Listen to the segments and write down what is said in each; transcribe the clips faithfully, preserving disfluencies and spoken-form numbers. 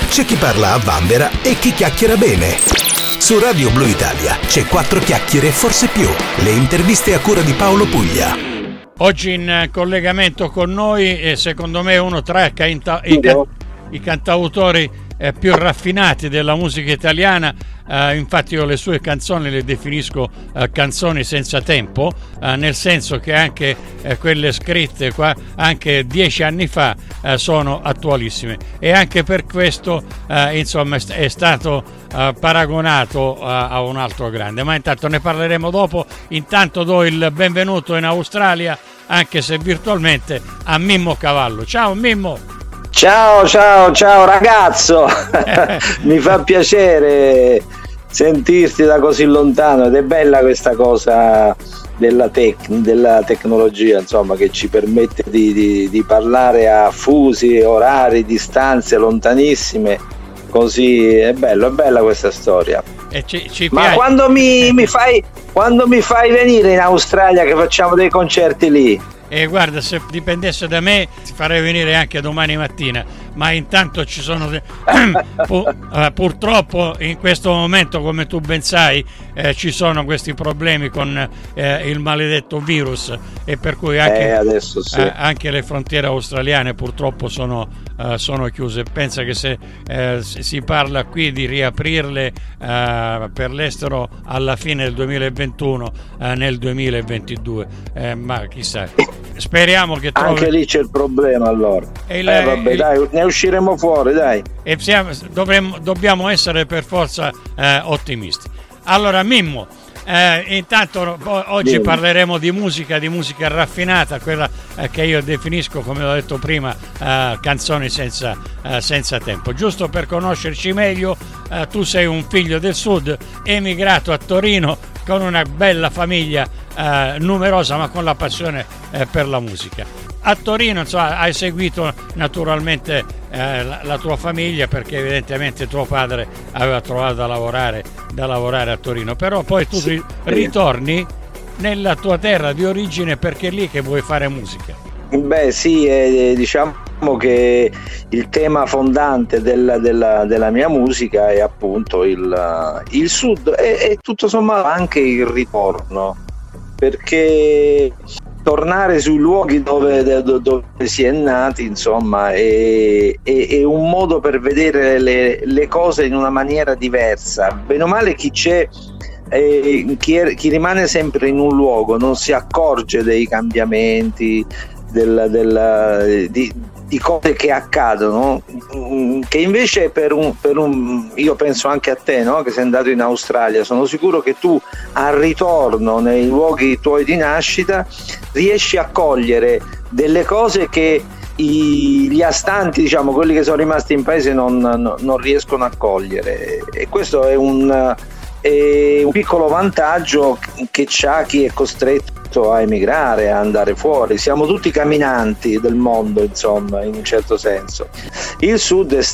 c'è chi parla a vanvera e chi chiacchiera bene. Su Radio Blu Italia c'è quattro chiacchiere e forse più. Le interviste a cura di Paolo Puglia. Oggi in collegamento con noi è secondo me uno tra i, canta- i, can- i cantautori eh, più raffinati della musica italiana. Uh, infatti io le sue canzoni le definisco uh, canzoni senza tempo, uh, nel senso che anche uh, quelle scritte qua anche dieci anni fa uh, sono attualissime, e anche per questo uh, insomma è, è stato uh, paragonato uh, a un altro grande, ma intanto ne parleremo dopo. Intanto do il benvenuto in Australia, anche se virtualmente, a Mimmo Cavallo. Ciao Mimmo. Ciao, ciao, ciao ragazzo, mi fa piacere sentirti da così lontano, ed è bella questa cosa della, tec- della tecnologia, insomma, che ci permette di, di, di parlare a fusi, orari, distanze lontanissime, così è bello, è bella questa storia. E ci, ci Ma piace. quando mi, mi fai, quando mi fai venire in Australia che facciamo dei concerti lì? E guarda, se dipendesse da me ti farei venire anche domani mattina, ma intanto ci sono de- Pur, uh, purtroppo in questo momento, come tu ben sai, eh, ci sono questi problemi con eh, il maledetto virus, e per cui anche, eh, adesso sì. eh, anche le frontiere australiane purtroppo sono, uh, sono chiuse. Pensa che se eh, si parla qui di riaprirle uh, per l'estero alla fine del duemilaventuno, uh, nel duemilaventidue, eh, ma chissà. Speriamo che trovi... Anche lì c'è il problema, allora. Il, eh vabbè, il... dai, ne usciremo fuori, dai. E siamo, dovremmo, dobbiamo essere per forza eh, ottimisti. Allora Mimmo, eh, intanto oggi Dimmi. parleremo di musica, di musica raffinata, quella eh, che io definisco, come ho detto prima, eh, canzoni senza, eh, senza tempo. Giusto per conoscerci meglio, eh, tu sei un figlio del sud, emigrato a Torino con una bella famiglia eh, numerosa, ma con la passione eh, per la musica. A Torino, insomma, hai seguito naturalmente eh, la, la tua famiglia, perché evidentemente tuo padre aveva trovato da lavorare, da lavorare a Torino, però poi tu sì. ritorni nella tua terra di origine perché è lì che vuoi fare musica. Beh sì, eh, diciamo che il tema fondante della, della, della mia musica è appunto il, il sud, e, e tutto sommato anche il ritorno, perché tornare sui luoghi dove, dove, dove si è nati, insomma, è, è, è un modo per vedere le, le cose in una maniera diversa. Bene o male, chi c'è, eh, chi, è, chi rimane sempre in un luogo non si accorge dei cambiamenti, del, del, di, di cose che accadono, che invece per un, per un io penso anche a te, no? Che sei andato in Australia, sono sicuro che tu al ritorno nei luoghi tuoi di nascita riesci a cogliere delle cose che i, gli astanti, diciamo quelli che sono rimasti in paese, non, non, non riescono a cogliere, e questo è un, è un piccolo vantaggio che c'ha chi è costretto a emigrare, a andare fuori. Siamo tutti camminanti del mondo, insomma, in un certo senso. Il sud è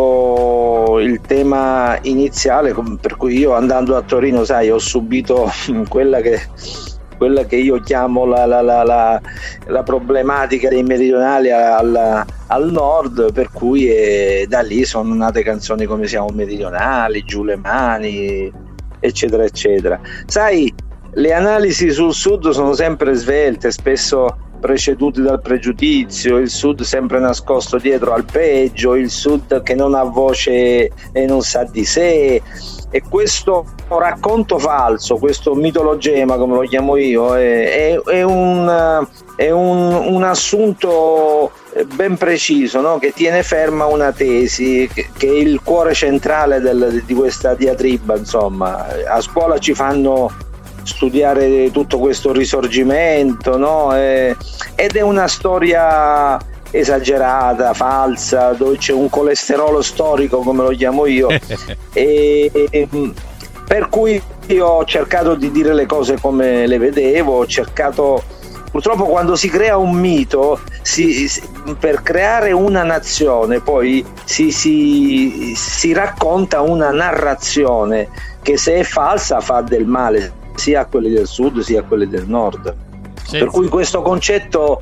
stato il tema iniziale, per cui io, andando a Torino, sai, ho subito quella che quella che io chiamo la, la, la, la, la problematica dei meridionali al, al nord, per cui eh, da lì sono nate canzoni come Siamo meridionali, Giù le mani, eccetera eccetera. Sai, le analisi sul sud sono sempre svelte, spesso preceduti dal pregiudizio, il sud sempre nascosto dietro al peggio, il sud che non ha voce e non sa di sé, e questo racconto falso, questo mitologema, come lo chiamo io, è, è, è, un, è un, un assunto ben preciso, no? Che tiene ferma una tesi, che, che è il cuore centrale del, di questa diatriba. Insomma, a scuola ci fanno studiare tutto questo risorgimento, no? E, ed è una storia esagerata, falsa, dove c'è un colesterolo storico, come lo chiamo io, e, e per cui io ho cercato di dire le cose come le vedevo, ho cercato. Purtroppo quando si crea un mito, si, si, per creare una nazione poi si, si, si racconta una narrazione che, se è falsa, fa del male sia a quelli del sud sia a quelli del nord. Sì, per cui questo concetto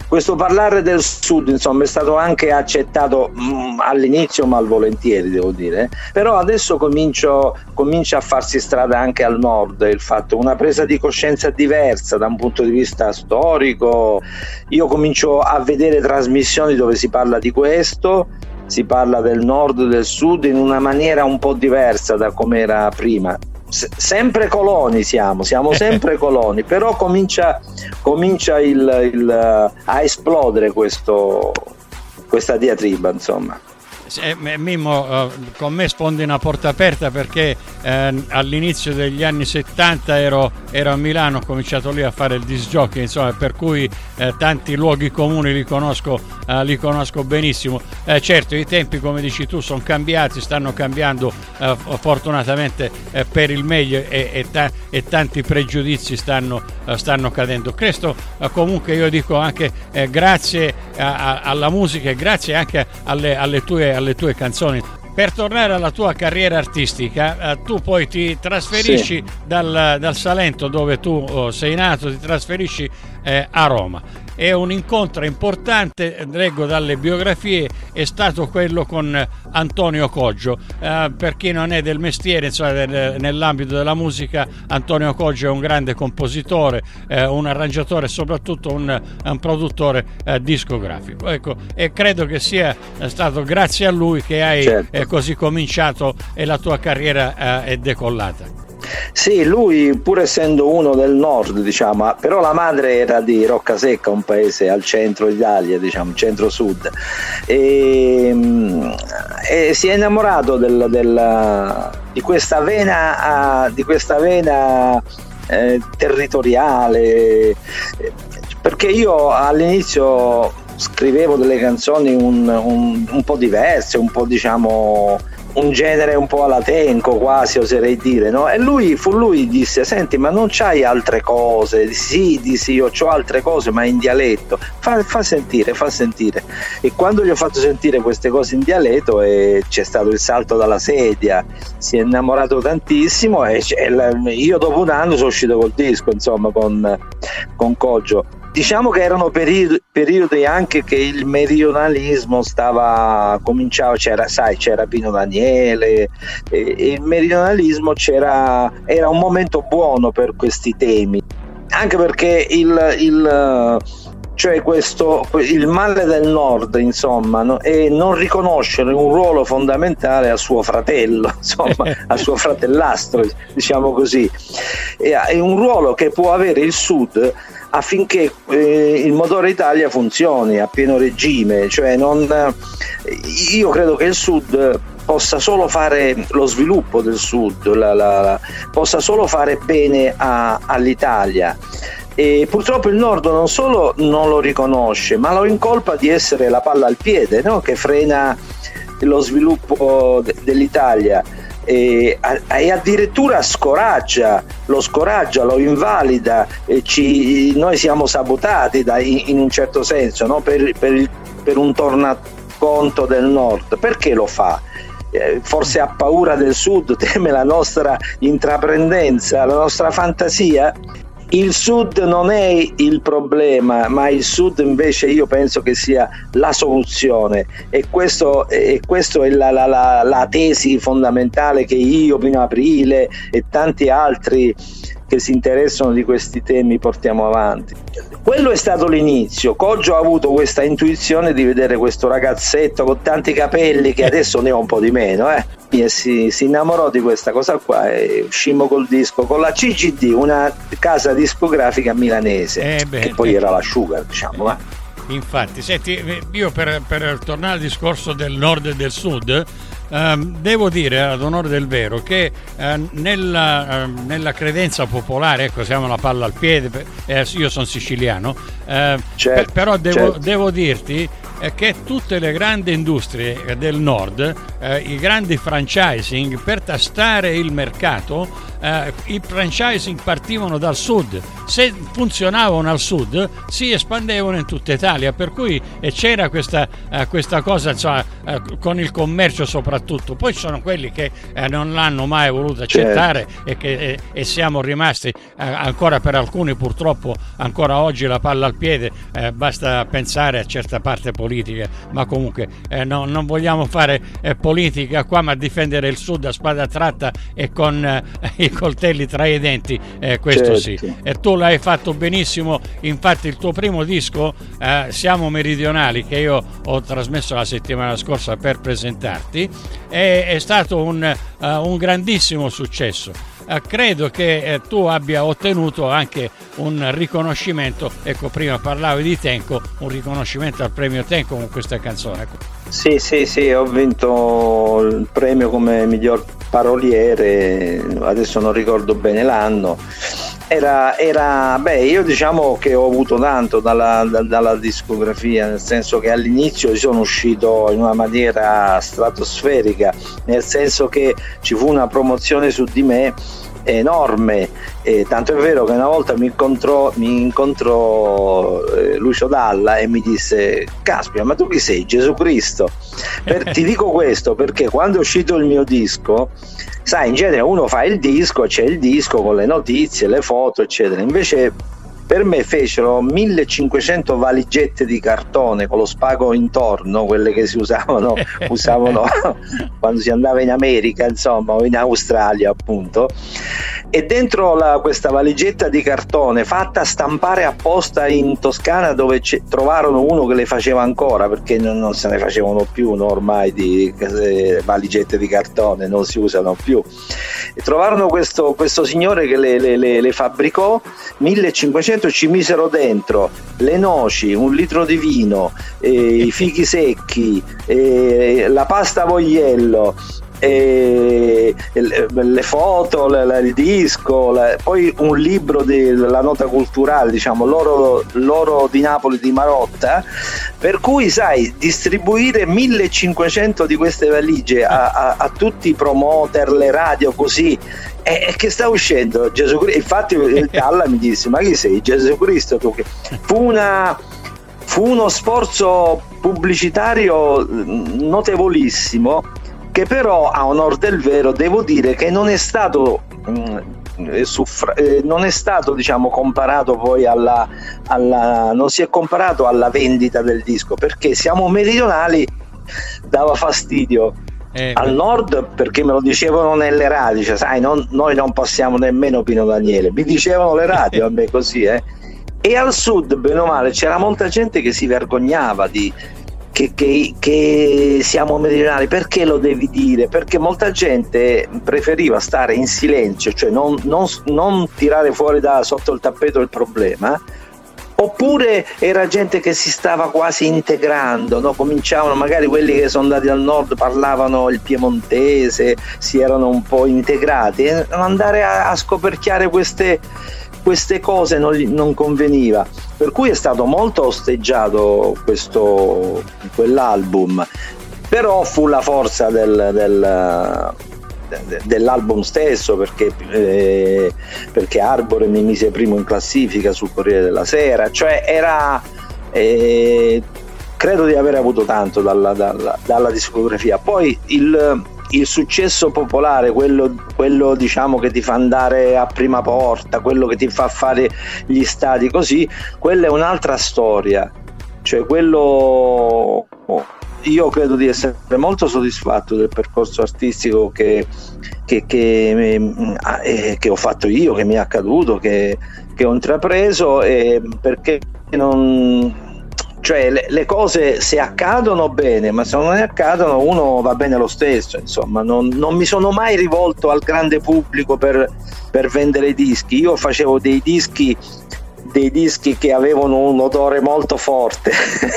questo parlare del sud, insomma, è stato anche accettato mh, all'inizio malvolentieri, devo dire, però adesso comincio, comincia a farsi strada anche al nord il fatto, una presa di coscienza diversa da un punto di vista storico. Io comincio a vedere trasmissioni dove si parla di questo, si parla del nord e del sud in una maniera un po' diversa da come era prima. S- sempre coloni siamo, siamo sempre coloni, però comincia, comincia il, il, a esplodere questo, questa diatriba, insomma. Eh, Mimmo, eh, con me sfondi una porta aperta, perché eh, all'inizio degli anni settanta ero, ero a Milano, ho cominciato lì a fare il disc jockey, insomma, per cui eh, tanti luoghi comuni li conosco, eh, li conosco benissimo. Eh, certo, i tempi, come dici tu, sono cambiati, stanno cambiando eh, fortunatamente eh, per il meglio, e, e, ta- e tanti pregiudizi stanno, eh, stanno cadendo. Questo eh, comunque io dico anche eh, grazie a, a, alla musica, e grazie anche alle, alle tue alle tue canzoni. Per tornare alla tua carriera artistica, eh, tu poi ti trasferisci sì. dal, dal Salento, dove tu oh, sei nato, ti trasferisci eh, a Roma. E un incontro importante, leggo dalle biografie, è stato quello con Antonio Coggio. Eh, per chi non è del mestiere, insomma, del, nell'ambito della musica, Antonio Coggio è un grande compositore, eh, un arrangiatore e soprattutto un, un produttore eh, discografico. Ecco, e credo che sia stato grazie a lui che hai certo. eh, così cominciato e la tua carriera eh, è decollata. Sì, lui, pur essendo uno del nord, diciamo, però la madre era di Roccasecca, un paese al centro Italia, diciamo, centro-sud, e, e si è innamorato del, del, di questa vena, di questa vena eh, territoriale, perché io all'inizio scrivevo delle canzoni un, un, un po' diverse, un po', diciamo, un genere un po' alla Tenco, quasi, oserei dire, no? E lui fu lui disse: senti, ma non c'hai altre cose? Sì, dissi io, c'ho altre cose, ma in dialetto. Fa, fa sentire, fa sentire. E quando gli ho fatto sentire queste cose in dialetto, e c'è stato il salto dalla sedia, si è innamorato tantissimo, e io dopo un anno sono uscito col disco, insomma, con, con Coggio. Diciamo che erano periodi, periodi anche che il meridionalismo stava cominciava, c'era, sai, c'era Pino Daniele, e, e il meridionalismo c'era, era un momento buono per questi temi, anche perché il, il cioè questo, il male del nord, insomma, no? È non riconoscere un ruolo fondamentale al suo fratello, insomma, al suo fratellastro, diciamo così. È un ruolo che può avere il sud affinché eh, il motore Italia funzioni a pieno regime, cioè non, io credo che il sud possa solo fare lo sviluppo del sud, la, la, la, possa solo fare bene a, all'Italia. E purtroppo il nord non solo non lo riconosce, ma lo incolpa di essere la palla al piede, no? Che frena lo sviluppo de- dell'Italia. E, e addirittura scoraggia, lo scoraggia, lo invalida, e ci, noi siamo sabotati da, in, in un certo senso, no? per, per, il, per un tornaconto del nord. Perché lo fa? Eh, forse ha paura del sud, teme la nostra intraprendenza, la nostra fantasia. Il sud non è il problema, ma il sud invece io penso che sia la soluzione, e questo, e questo è la, la, la, la tesi fondamentale che io, Pino Aprile e tanti altri che si interessano di questi temi portiamo avanti. Quello è stato l'inizio. Coggio ha avuto questa intuizione di vedere questo ragazzetto con tanti capelli, che adesso ne ho un po' di meno, eh? E si, si innamorò di questa cosa qua, e uscimmo col disco con la C G D, una casa discografica milanese, eh beh, che poi eh, era la Sugar, diciamo. Eh. Infatti, senti, io per, per tornare al discorso del nord e del sud, Um, devo dire, ad onore del vero, che uh, nella, uh, nella credenza popolare, ecco, siamo la palla al piede, eh, io sono siciliano, uh, certo, per, però devo, certo. devo dirti eh, che tutte le grandi industrie eh, del nord, eh, i grandi franchising, per tastare il mercato, eh, i franchising partivano dal sud. Se funzionavano al sud si espandevano in tutta Italia, per cui eh, c'era questa, eh, questa cosa, cioè, eh, con il commercio soprattutto. Poi ci sono quelli che eh, non l'hanno mai voluto accettare, certo. e, che, e, e siamo rimasti eh, ancora per alcuni purtroppo ancora oggi la palla al piede, eh, basta pensare a certa parte politica, ma comunque eh, no, non vogliamo fare eh, politica qua, ma difendere il Sud a spada tratta e con eh, i coltelli tra i denti, eh, questo certo. Sì, e tu l'hai fatto benissimo. Infatti il tuo primo disco, eh, Siamo Meridionali, che io ho trasmesso la settimana scorsa per presentarti, è, è stato un, uh, un grandissimo successo. Uh, credo che eh, tu abbia ottenuto anche un riconoscimento, ecco, prima parlavi di Tenco, un riconoscimento al premio Tenco con questa canzone. Sì, sì, sì, ho vinto il premio come miglior paroliere, adesso non ricordo bene l'anno. Era, era beh, io diciamo che ho avuto tanto dalla, da, dalla discografia, nel senso che all'inizio sono uscito in una maniera stratosferica, nel senso che ci fu una promozione su di me enorme, eh, tanto è vero che una volta mi incontrò, mi incontrò eh, Lucio Dalla e mi disse: caspita, ma tu chi sei? Gesù Cristo. Per, ti dico questo perché quando è uscito il mio disco, sai, in genere uno fa il disco, c'è il disco con le notizie, le foto eccetera, invece per me fecero millecinquecento valigette di cartone con lo spago intorno, quelle che si usavano, usavano quando si andava in America, insomma, o in Australia appunto, e dentro la, questa valigetta di cartone fatta stampare apposta in Toscana, dove trovarono uno che le faceva ancora, perché non, non se ne facevano più, no, ormai di eh, valigette di cartone non si usano più, e trovarono questo, questo signore che le, le, le, le fabbricò, millecinquecento, ci misero dentro le noci, un litro di vino, eh, i fichi secchi, eh, la pasta vogliello, eh, le foto, le, le, il disco, le, poi un libro della nota culturale, diciamo, l'oro, l'oro di Napoli di Marotta, per cui sai, distribuire millecinquecento di queste valigie a, a, a tutti i promoter, le radio, così, e che sta uscendo Gesù Cristo. Infatti il Dalla mi disse: ma chi sei, Gesù Cristo tu? Che fu una fu uno sforzo pubblicitario notevolissimo, che però, a onor del vero, devo dire che non è stato mh, suffra- eh, non è stato, diciamo, comparato poi alla, alla non si è comparato alla vendita del disco, perché Siamo Meridionali dava fastidio Eh, al nord, perché me lo dicevano nelle radio, cioè, sai, non, noi non passiamo nemmeno Pino Daniele, mi dicevano le radio a me così, eh. E al sud, bene o male, c'era molta gente che si vergognava di che, che, che Siamo Meridionali, perché lo devi dire? Perché molta gente preferiva stare in silenzio, cioè non, non, non tirare fuori da sotto il tappeto il problema, oppure era gente che si stava quasi integrando, no? Cominciavano, magari quelli che sono andati al nord parlavano il piemontese, si erano un po' integrati, e andare a, a scoperchiare queste, queste cose non, non conveniva, per cui è stato molto osteggiato questo, quell'album, però fu la forza del, del dell'album stesso, perché eh, perché Arbore mi mise primo in classifica sul Corriere della Sera, cioè era eh, credo di aver avuto tanto dalla, dalla, dalla discografia. Poi il, il successo popolare, quello, quello diciamo che ti fa andare a prima porta, quello che ti fa fare gli stadi così, quella è un'altra storia, cioè quello oh, io credo di essere molto soddisfatto del percorso artistico che, che, che, eh, che ho fatto io, che mi è accaduto, che, che ho intrapreso, eh, perché non, cioè le, le cose se accadono bene, ma se non ne accadono uno va bene lo stesso, insomma, non, non mi sono mai rivolto al grande pubblico per, per vendere dischi. Io facevo dei dischi dei dischi che avevano un odore molto forte.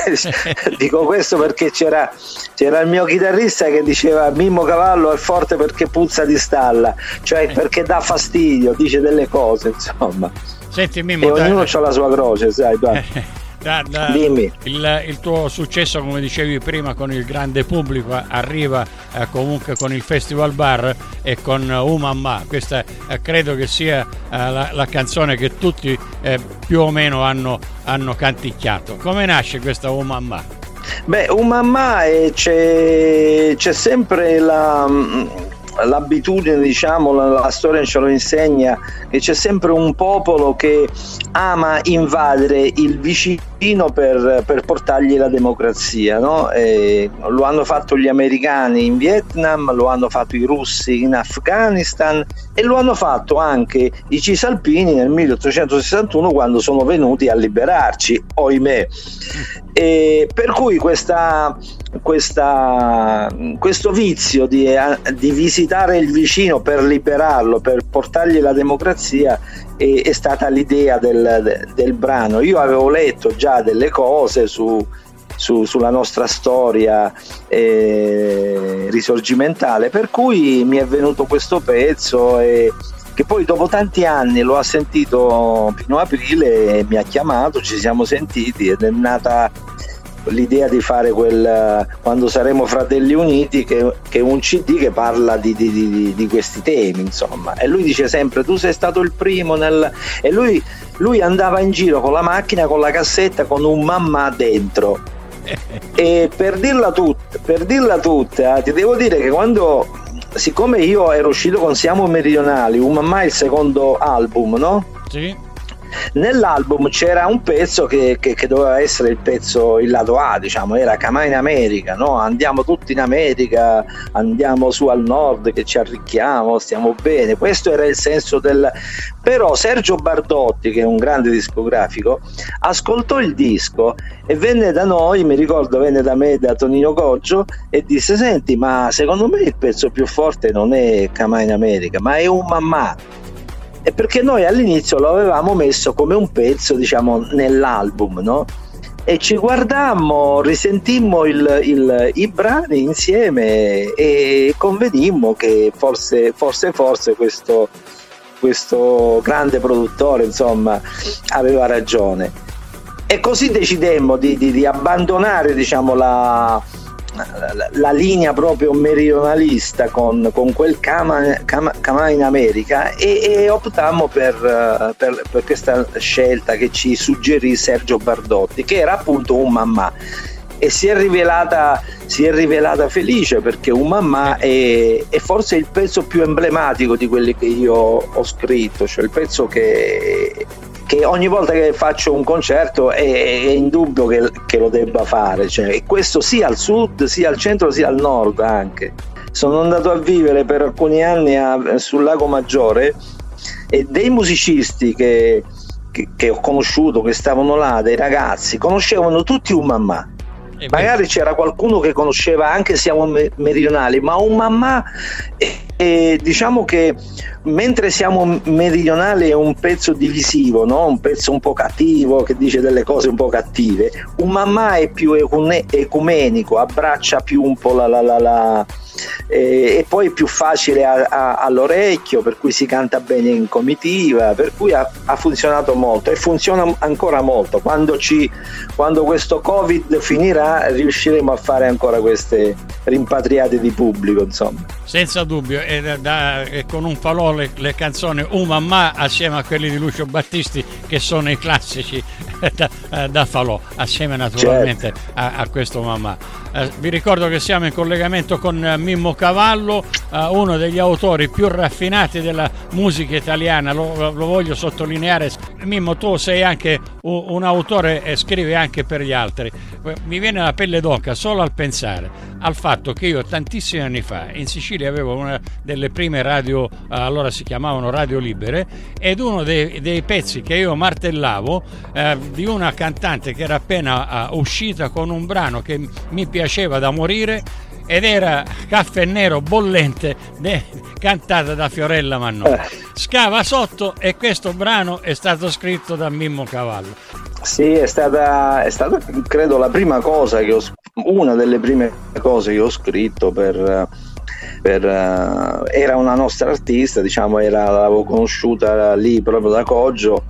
Dico questo perché c'era, c'era il mio chitarrista che diceva: Mimmo Cavallo è forte perché puzza di stalla, cioè perché dà fastidio, dice delle cose, insomma. Senti, Mimmo, e ognuno ha la sua croce, sai, Da, da, Dimmi. Il, il tuo successo, come dicevi prima, con il grande pubblico arriva eh, comunque con il Festival Bar e con uh, Mamma. Questa eh, credo che sia eh, la, la canzone che tutti eh, più o meno hanno, hanno canticchiato. Come nasce questa Oh Mamma? Beh, un mamma e c'è, c'è sempre la, l'abitudine, diciamo, la, la storia ce lo insegna, che c'è sempre un popolo che ama invadere il vicino per, per portargli la democrazia, no? E lo hanno fatto gli americani in Vietnam, lo hanno fatto i russi in Afghanistan e lo hanno fatto anche i cisalpini nel milleottocentosessantuno, quando sono venuti a liberarci, ohimè. E per cui questa, questa, questo vizio di, di visitare il vicino per liberarlo, per portargli la democrazia, è, è stata l'idea del, del brano. Io avevo letto già delle cose su, su, sulla nostra storia eh, risorgimentale, per cui mi è venuto questo pezzo, e che poi dopo tanti anni lo ha sentito Pino Aprile e mi ha chiamato, ci siamo sentiti ed è nata l'idea di fare quel Quando saremo fratelli uniti, che, che è un C D che parla di, di, di, di questi temi, insomma. E lui dice sempre: tu sei stato il primo nel... e lui, lui andava in giro con la macchina, con la cassetta, con un mamma dentro. E per dirla tutta, per dirla tutta ti devo dire che quando, siccome io ero uscito con Siamo Meridionali, un mamma è il secondo album, no? Sì. Nell'album c'era un pezzo che, che, che doveva essere il pezzo, il lato A, diciamo, era Come in America, no? Andiamo tutti in America, andiamo su al nord che ci arricchiamo, stiamo bene. Questo era il senso del... Però Sergio Bardotti, che è un grande discografico, ascoltò il disco e venne da noi, mi ricordo, venne da me, da Tonino Goggio, e disse: senti, ma secondo me il pezzo più forte non è Come in America, ma è un mamma. E perché noi all'inizio lo avevamo messo come un pezzo, diciamo, nell'album, no? E ci guardammo, risentimmo il, il, i brani insieme e convenimmo che forse, forse, forse questo, questo grande produttore, insomma, aveva ragione. E così decidemmo di, di, di abbandonare, diciamo, la... La, la linea proprio meridionalista con, con quel Come in America e, e optammo per, per, per questa scelta che ci suggerì Sergio Bardotti, che era appunto un mamma, e si è rivelata, si è rivelata felice, perché un mamma è, è forse il pezzo più emblematico di quelli che io ho scritto, cioè il pezzo che che ogni volta che faccio un concerto è, è indubbio che, che lo debba fare, cioè, e questo sia al sud, sia al centro, sia al nord anche. Sono andato a vivere per alcuni anni a, sul Lago Maggiore, e dei musicisti che, che, che ho conosciuto, che stavano là, dei ragazzi, conoscevano tutti un mamma. Magari c'era qualcuno che conosceva anche Siamo Meridionali, ma un mamma, e, e diciamo che mentre Siamo Meridionali è un pezzo divisivo, no? Un pezzo un po' cattivo, che dice delle cose un po' cattive, un mamma è più ecumenico, abbraccia più un po' la la la, la e, e poi è più facile a, a, all'orecchio, per cui si canta bene in comitiva, per cui ha, ha funzionato molto e funziona ancora molto. Quando, ci, quando questo Covid finirà riusciremo a fare ancora queste rimpatriate di pubblico, insomma. Senza dubbio, e, da, da, e con un falò le, le canzoni Un Mamma assieme a quelli di Lucio Battisti, che sono i classici da, da falò, assieme naturalmente, certo, a, a questo Mamma. Eh, vi ricordo che siamo in collegamento con Mimmo Cavallo, eh, uno degli autori più raffinati della musica italiana, lo, lo voglio sottolineare. Mimmo, tu sei anche un, un autore e scrivi anche per gli altri. Mi viene la pelle d'oca solo al pensare al fatto che io tantissimi anni fa in Sicilia avevo una delle prime radio, allora si chiamavano radio libere, ed uno dei, dei pezzi che io martellavo eh, di una cantante che era appena uh, uscita con un brano che mi piaceva da morire, ed era Caffè Nero Bollente, de, cantata da Fiorella Mannoia. Scava sotto, e questo brano è stato scritto da Mimmo Cavallo. Sì, è stata, è stata credo la prima cosa che ho, una delle prime cose che ho scritto per, per uh, era una nostra artista, diciamo, era, l'avevo conosciuta lì proprio da Coggio,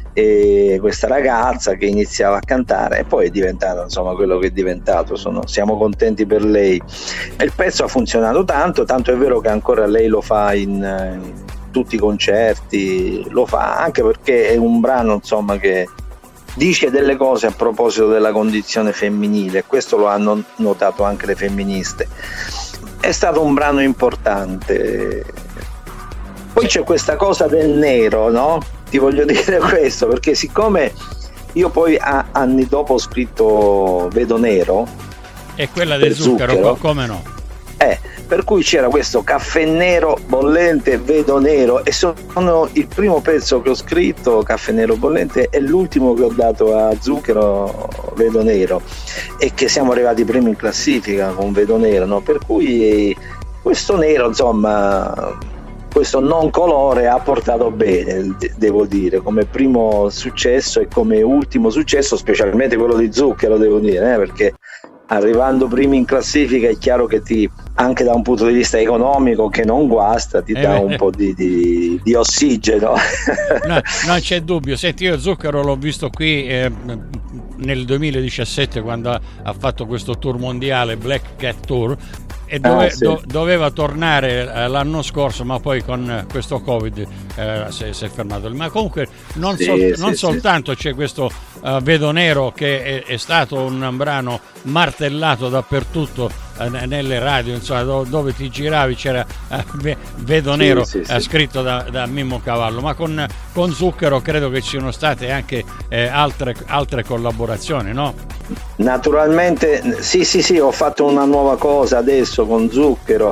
e questa ragazza che iniziava a cantare, e poi è diventata, insomma, quello che è diventato. Sono, siamo contenti per lei, e il pezzo ha funzionato tanto, tanto è vero che ancora lei lo fa in, in tutti i concerti, lo fa anche perché è un brano, insomma, che dice delle cose a proposito della condizione femminile, questo lo hanno notato anche le femministe. È stato un brano importante. Poi c'è questa cosa del nero, no? Ti voglio dire questo, perché siccome io poi a, anni dopo ho scritto Vedo Nero, e quella del zucchero, zucchero, come no? Eh, per cui c'era questo caffè nero bollente, Vedo Nero, e sono il primo pezzo che ho scritto, Caffè Nero Bollente, e l'ultimo che ho dato a Zucchero, Vedo Nero, e che siamo arrivati primi in classifica con Vedo Nero, no? Per cui questo nero, insomma, questo non colore ha portato bene, devo dire, come primo successo e come ultimo successo, specialmente quello di Zucchero, devo dire, eh, perché arrivando primi in classifica è chiaro che ti, anche da un punto di vista economico, che non guasta, ti eh dà beh. un po' di, di, di ossigeno. No, non c'è dubbio. Senti, io Zucchero l'ho visto qui eh, nel duemiladiciassette, quando ha, ha fatto questo tour mondiale, Black Cat Tour, e dove, ah, sì. do, doveva tornare eh, l'anno scorso, ma poi con eh, questo Covid eh, si è fermato. Ma comunque non, sì, sol, sì, non sì. soltanto c'è questo uh, Vedo Nero, che è, è stato un brano martellato dappertutto eh, nelle radio, insomma, do, dove ti giravi c'era eh, Vedo Nero sì, sì, eh, sì. scritto da, da Mimmo Cavallo, ma con, con Zucchero credo che ci siano state anche eh, altre, altre collaborazioni, no? Naturalmente sì sì sì, ho fatto una nuova cosa adesso con Zucchero,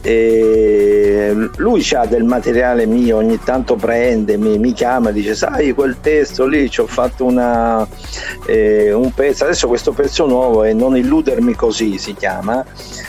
e lui c'ha del materiale mio, ogni tanto prende, mi, mi chiama e dice: sai quel testo lì, ci ho fatto una, eh, un pezzo, adesso questo pezzo nuovo è Non illudermi così si chiama,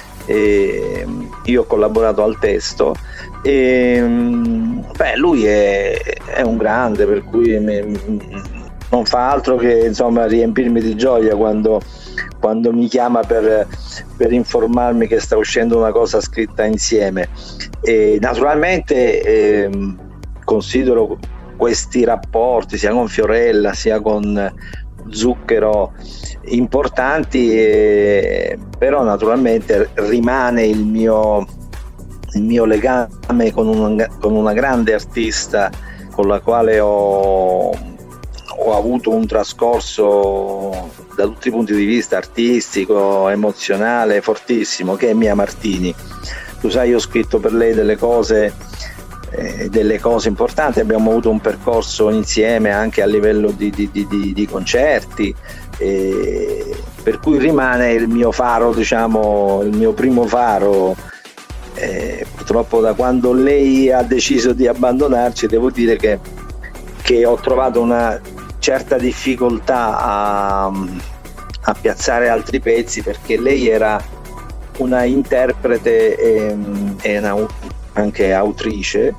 e io ho collaborato al testo, e beh, lui è, è un grande, per cui mi, non fa altro che, insomma, riempirmi di gioia quando, quando mi chiama per, per informarmi che sta uscendo una cosa scritta insieme. E naturalmente eh, considero questi rapporti sia con Fiorella sia con Zucchero importanti, eh, però naturalmente rimane il mio, il mio legame con una, con una grande artista con la quale ho ho avuto un trascorso da tutti i punti di vista, artistico, emozionale, fortissimo, che è Mia Martini. Tu sai, io ho scritto per lei delle cose eh, delle cose importanti, abbiamo avuto un percorso insieme anche a livello di, di, di, di, di concerti, eh, per cui rimane il mio faro, diciamo, il mio primo faro. Eh, purtroppo da quando lei ha deciso di abbandonarci, devo dire che, che ho trovato una certa difficoltà a, a piazzare altri pezzi, perché lei era una interprete e, e una, anche autrice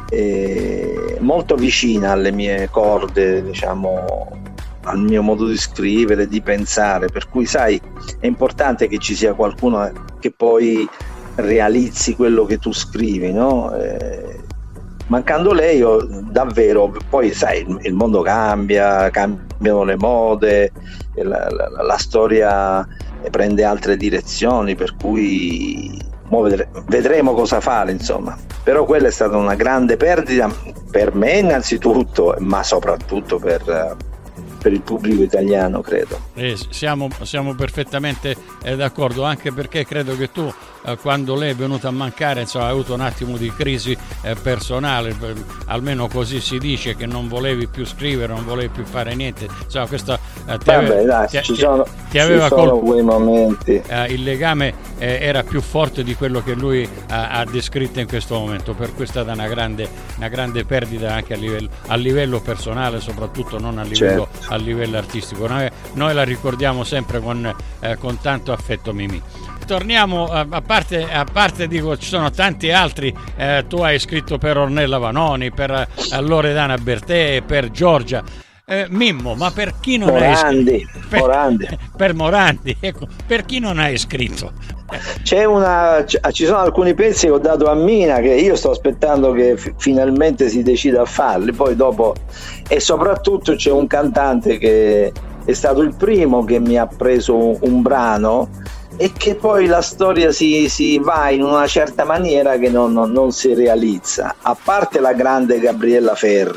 e molto vicina alle mie corde, diciamo, al mio modo di scrivere, di pensare, per cui sai, è importante che ci sia qualcuno che poi realizzi quello che tu scrivi, no? Eh, mancando lei, io davvero, poi sai, il mondo cambia, cambiano le mode, la, la, la storia prende altre direzioni, per cui vedremo cosa fare, insomma. Però quella è stata una grande perdita per me innanzitutto, ma soprattutto per, per il pubblico italiano, credo. Eh, siamo, siamo perfettamente eh, d'accordo, anche perché credo che tu eh, quando lei è venuta a mancare, insomma, hai avuto un attimo di crisi eh, personale, eh, almeno così si dice, che non volevi più scrivere, non volevi più fare niente, insomma, questo eh, ti, Vabbè, ave- dai, ti, ci sono, ti aveva ci sono col- quei momenti. Eh, il legame eh, era più forte di quello che lui ha, ha descritto in questo momento, per cui è stata una grande, una grande perdita anche a livello, a livello personale, soprattutto non a livello, certo. a livello artistico. Noi, noi la ricordiamo sempre con, eh, con tanto affetto, Mimì. Torniamo, a, a parte, a parte dico, ci sono tanti altri, eh, tu hai scritto per Ornella Vanoni, per eh, Loredana Bertè, per Giorgia. Eh, Mimmo, ma per chi non Morandi, hai scritto? Per Morandi. per Morandi, ecco, per chi non hai scritto? C'è una, ci sono alcuni pezzi che ho dato a Mina, che io sto aspettando che f- finalmente si decida a farli, poi dopo, e soprattutto c'è un cantante che è stato il primo che mi ha preso un, un brano, e che poi la storia si, si va in una certa maniera che non, non, non si realizza, a parte la grande Gabriella Ferri,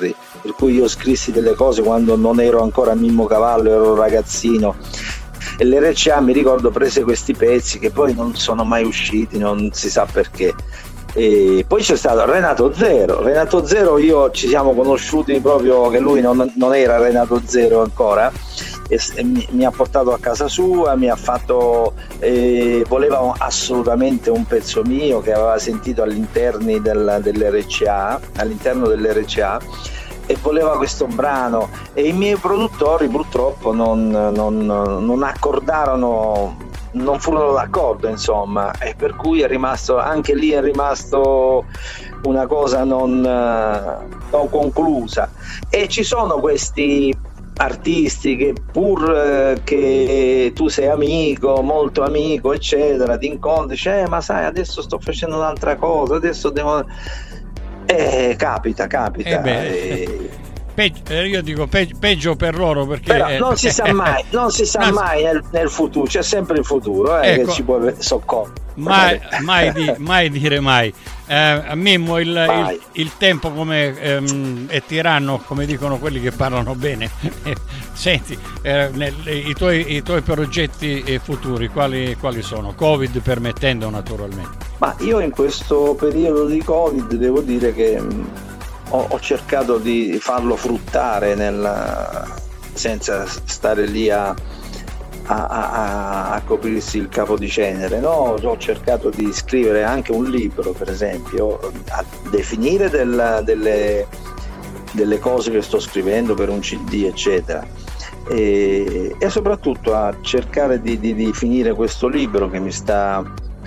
per cui io scrissi delle cose quando non ero ancora Mimmo Cavallo, ero ragazzino, e l'R C A, mi ricordo, prese questi pezzi che poi non sono mai usciti, non si sa perché. E poi c'è stato Renato Zero. Renato Zero, io ci siamo conosciuti proprio che lui non, non era Renato Zero ancora, e, e mi, mi ha portato a casa sua, mi ha fatto eh, voleva assolutamente un pezzo mio che aveva sentito all'interno del, dell'R C A, all'interno dell'R C A, e voleva questo brano, e i miei produttori purtroppo non, non, non accordarono, non furono d'accordo, insomma, e per cui è rimasto, anche lì è rimasto una cosa non, non conclusa. E ci sono questi artisti che pur che tu sei amico, molto amico, eccetera, ti incontri, dici, eh, ma sai, adesso sto facendo un'altra cosa, adesso devo... Eh, capita, capita. Eh beh, eh... peggio, io dico peggio, peggio per loro, perché però eh, non si sa mai, non si sa no, mai nel, nel futuro, c'è sempre il futuro, eh, ecco, che ci può soccorrere. Mai, mai, di, mai dire mai. Eh, Mimmo, il, il, il tempo come ehm, è tiranno, come dicono quelli che parlano bene. Senti, eh, nel, i, tuoi, i tuoi progetti futuri quali, quali sono? Covid permettendo, naturalmente. Ma io in questo periodo di Covid devo dire che mh, ho, ho cercato di farlo fruttare nel, senza stare lì a A, a, a coprirsi il capo di cenere, no? Ho cercato di scrivere anche un libro, per esempio, a definire del, delle, delle cose che sto scrivendo per un C D, eccetera, e, e soprattutto a cercare di, di, di finire questo libro che mi sta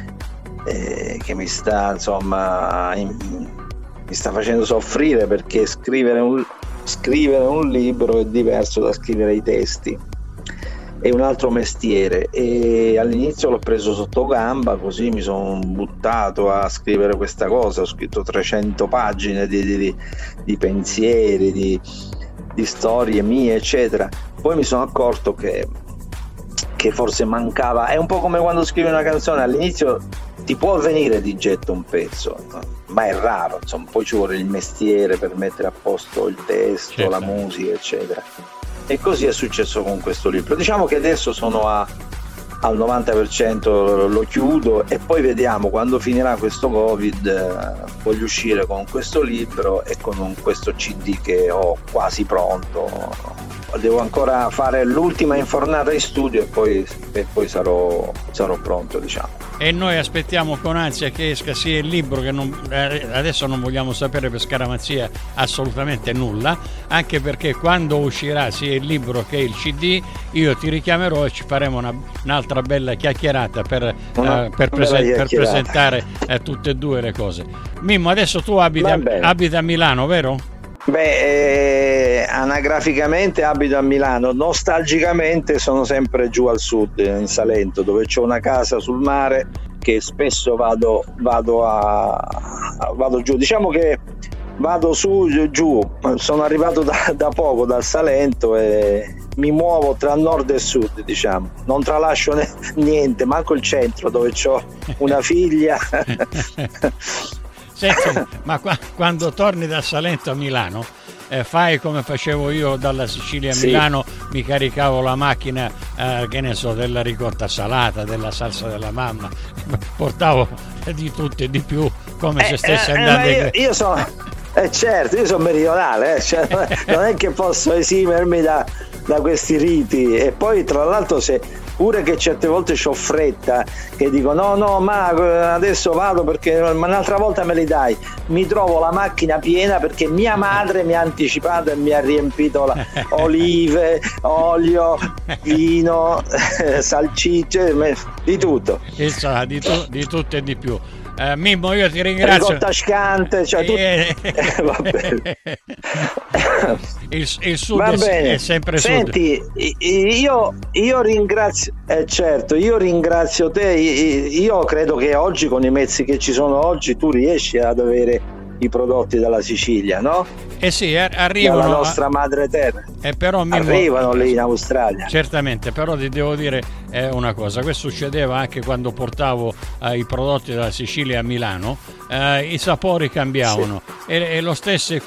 eh, che mi sta insomma in, mi sta facendo soffrire, perché scrivere un, scrivere un libro è diverso da scrivere i testi, è un altro mestiere, e all'inizio l'ho preso sotto gamba, così mi sono buttato a scrivere questa cosa, ho scritto trecento pagine di, di, di pensieri, di, di storie mie, eccetera. Poi mi sono accorto che, che forse mancava, è un po' come quando scrivi una canzone, all'inizio ti può venire di getto un pezzo, ma è raro, insomma, poi ci vuole il mestiere per mettere a posto il testo, certo, la musica, eccetera. E così è successo con questo libro. Diciamo che adesso sono a, al novanta per cento, lo chiudo, e poi vediamo quando finirà questo Covid. Eh, voglio uscire con questo libro e con un, questo C D che ho quasi pronto. Devo ancora fare l'ultima infornata in studio e poi, e poi sarò, sarò pronto, diciamo. E noi aspettiamo con ansia che esca sia il libro, che non, eh, adesso non vogliamo sapere per scaramanzia assolutamente nulla, anche perché quando uscirà sia il libro che il C D io ti richiamerò e ci faremo una, un'altra bella chiacchierata per, eh, per, presen- per presentare eh, tutte e due le cose. Mimmo, adesso tu abiti a, abiti a Milano, vero? Beh, eh, anagraficamente abito a Milano, nostalgicamente sono sempre giù al sud, in Salento, dove c'ho una casa sul mare che spesso vado, vado, a, vado giù. Diciamo che vado su e giù, sono arrivato da, da poco dal Salento e mi muovo tra nord e sud, diciamo. Non tralascio ne, niente, manco il centro dove c'ho una figlia. Senti, ma qua, quando torni da Salento a Milano, eh, fai come facevo io dalla Sicilia a sì. Milano, mi caricavo la macchina, eh, che ne so, della ricotta salata, della salsa della mamma, portavo di tutto e di più, come eh, se stessi eh, andando. Eh, io, io sono, eh, certo, io sono meridionale, eh, cioè, non è che posso esimermi da, da questi riti, e poi tra l'altro se pure che certe volte c'ho fretta, che dico no no ma adesso vado perché ma un'altra volta me li dai, mi trovo la macchina piena perché mia madre mi ha anticipato e mi ha riempito la, olive, olio, vino, salsicce, di tutto, insomma, di, tu, di tutto e di più. Uh, Mimmo, io ti ringrazio. Ricotta scante, cioè tutto... eh, va bene. il, il sud va bene. È sempre Senti, sud. io, io ringrazio, eh, certo, io ringrazio te. Io credo che oggi, con i mezzi che ci sono oggi, tu riesci ad avere i prodotti dalla Sicilia, no? Eh sì, arrivano dalla nostra madre terra. Eh, però, Mimmo, arrivano lì in Australia. Certamente, però ti devo dire eh, una cosa, questo succedeva anche quando portavo eh, i prodotti dalla Sicilia a Milano, eh, i sapori cambiavano, sì. e, e lo stesso è qui.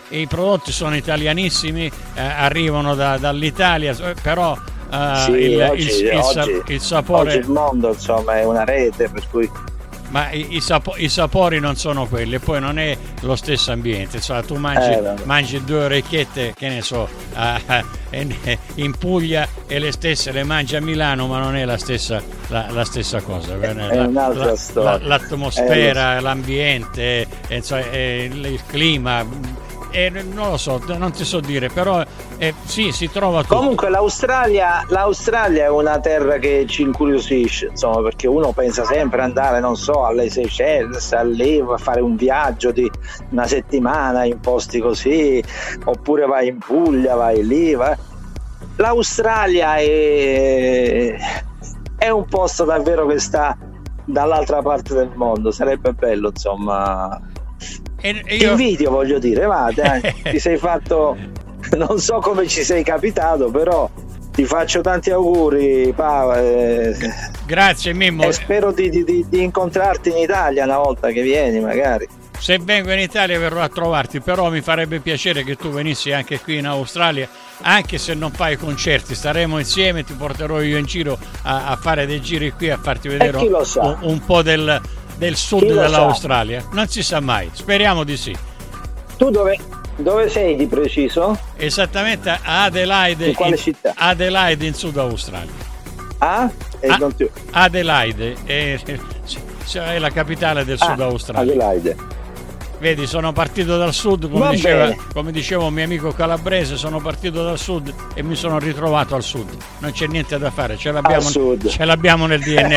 i prodotti sono italianissimi, eh, arrivano da, dall'Italia, però eh, sì, il, oggi, il, il, oggi, il sapore... Oggi il mondo insomma è una rete, per cui... Ma i, i, sapo, i sapori non sono quelli, e poi non è lo stesso ambiente, insomma, tu mangi, eh, mangi due orecchiette, che ne so, uh, in Puglia e le stesse le mangi a Milano, ma non è la stessa, la, la stessa cosa. È la, un'altra la, storia. La, l'atmosfera, eh, l'ambiente, insomma, il, il clima. Eh, non lo so, non ti so dire, però eh, sì, si trova tutto. Comunque l'Australia, l'Australia è una terra che ci incuriosisce, insomma, perché uno pensa sempre andare, non so, alle Seychelles, lì, a fare un viaggio di una settimana in posti così, oppure vai in Puglia, vai lì, vai. L'Australia è, è un posto davvero che sta dall'altra parte del mondo, sarebbe bello, insomma. E io... Ti invidio, voglio dire, va, dai, ti sei fatto, non so come ci sei capitato, però ti faccio tanti auguri, Pa, eh, grazie Mimmo, e spero di, di, di incontrarti in Italia una volta che vieni, magari. Se vengo in Italia verrò a trovarti, però mi farebbe piacere che tu venissi anche qui in Australia, anche se non fai concerti, staremo insieme, ti porterò io in giro a, a fare dei giri qui, a farti vedere un, un po' del... del sud dell'Australia, non si sa mai, speriamo di sì. Tu dove, dove sei di preciso? Esattamente a Adelaide, in quale in, città? Adelaide in Sud Australia. Ah? E A, non ti... Adelaide è, è la capitale del ah, Sud Australia. Adelaide. Vedi, sono partito dal sud, come, diceva, come diceva un mio amico calabrese, sono partito dal sud e mi sono ritrovato al sud. Non c'è niente da fare, ce l'abbiamo, ce l'abbiamo nel D N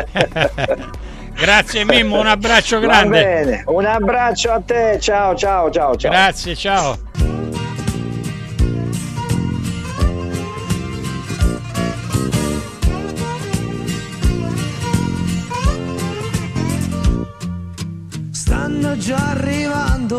A. Grazie Mimmo, un abbraccio grande. Va bene, un abbraccio a te, ciao ciao ciao ciao. Grazie, ciao. Stanno già arrivando,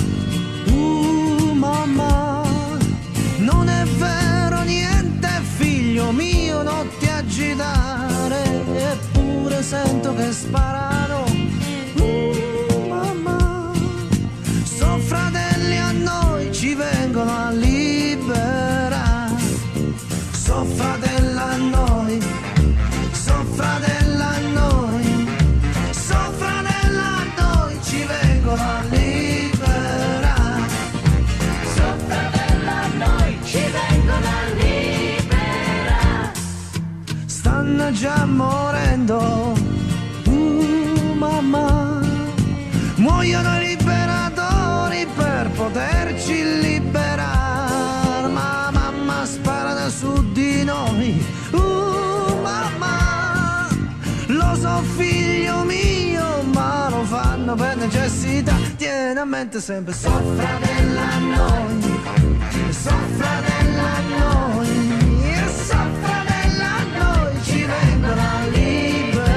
uh mamma, non è vero niente figlio mio, non ti agitare, eppure sento che sparano, uh mamma, sono fratelli a noi, ci vengono a liberare, sono fratelli a noi, sono fratelli a noi, sono fratelli a noi, ci vengono a liberare, sono fratelli a noi, ci vengono a liberare, stanno già morendo, uh mamma, muoiono i liberatori per poterci liberare, ma mamma spara su di noi, uh mamma, lo so figlio mio, ma lo fanno per necessità, tieni a mente sempre, so fratello a noi, so fratello a noi, so fratello a noi, ci vengono a liberare.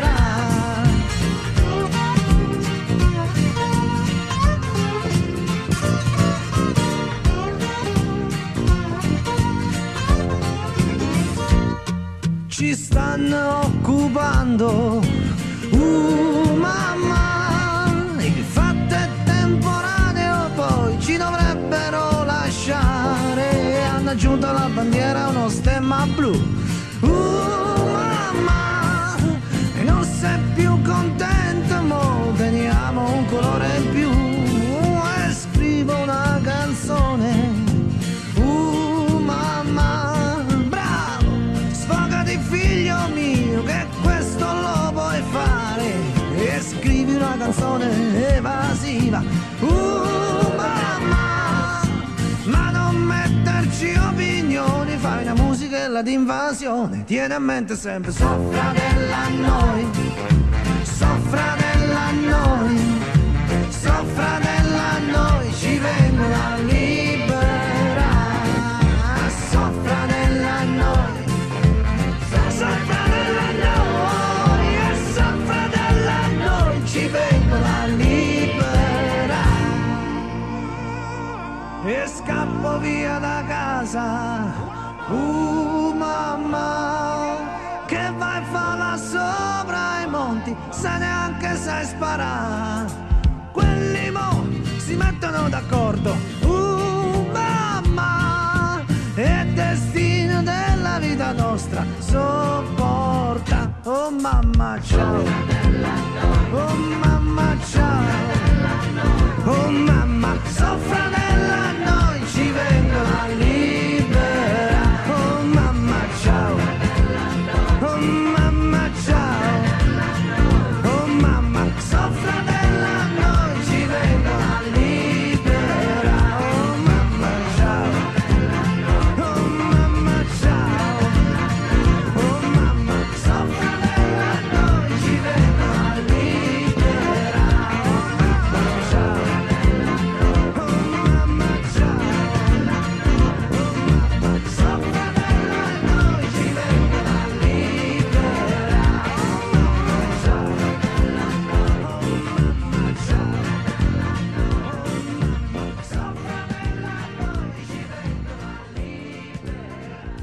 Ci stanno occupando, uh mamma, il fatto è temporaneo, poi ci dovrebbero lasciare, hanno aggiunto alla bandiera uno stemma blu, uh mamma, e non sei più contento, mo teniamo un colore in più, uh, e scrivo una canzone, uh mamma, bravo, sfogati figlio mio, che questo lo puoi fare, e scrivi una canzone evasiva, uh mamma, ma non metterci opinioni, fai una musicella d'invasione, tieni a mente sempre, so fratello a noi, so fratello a noi, so fratello a noi, ci vengono a liberare, so fratello a noi, so fratello a noi, e so fratello a noi, ci vengono a liberare, e scappo via da casa, uh mamma, che vai a fare là sopra i monti, se neanche sai sparare, quelli mo si mettono d'accordo, uh ciao.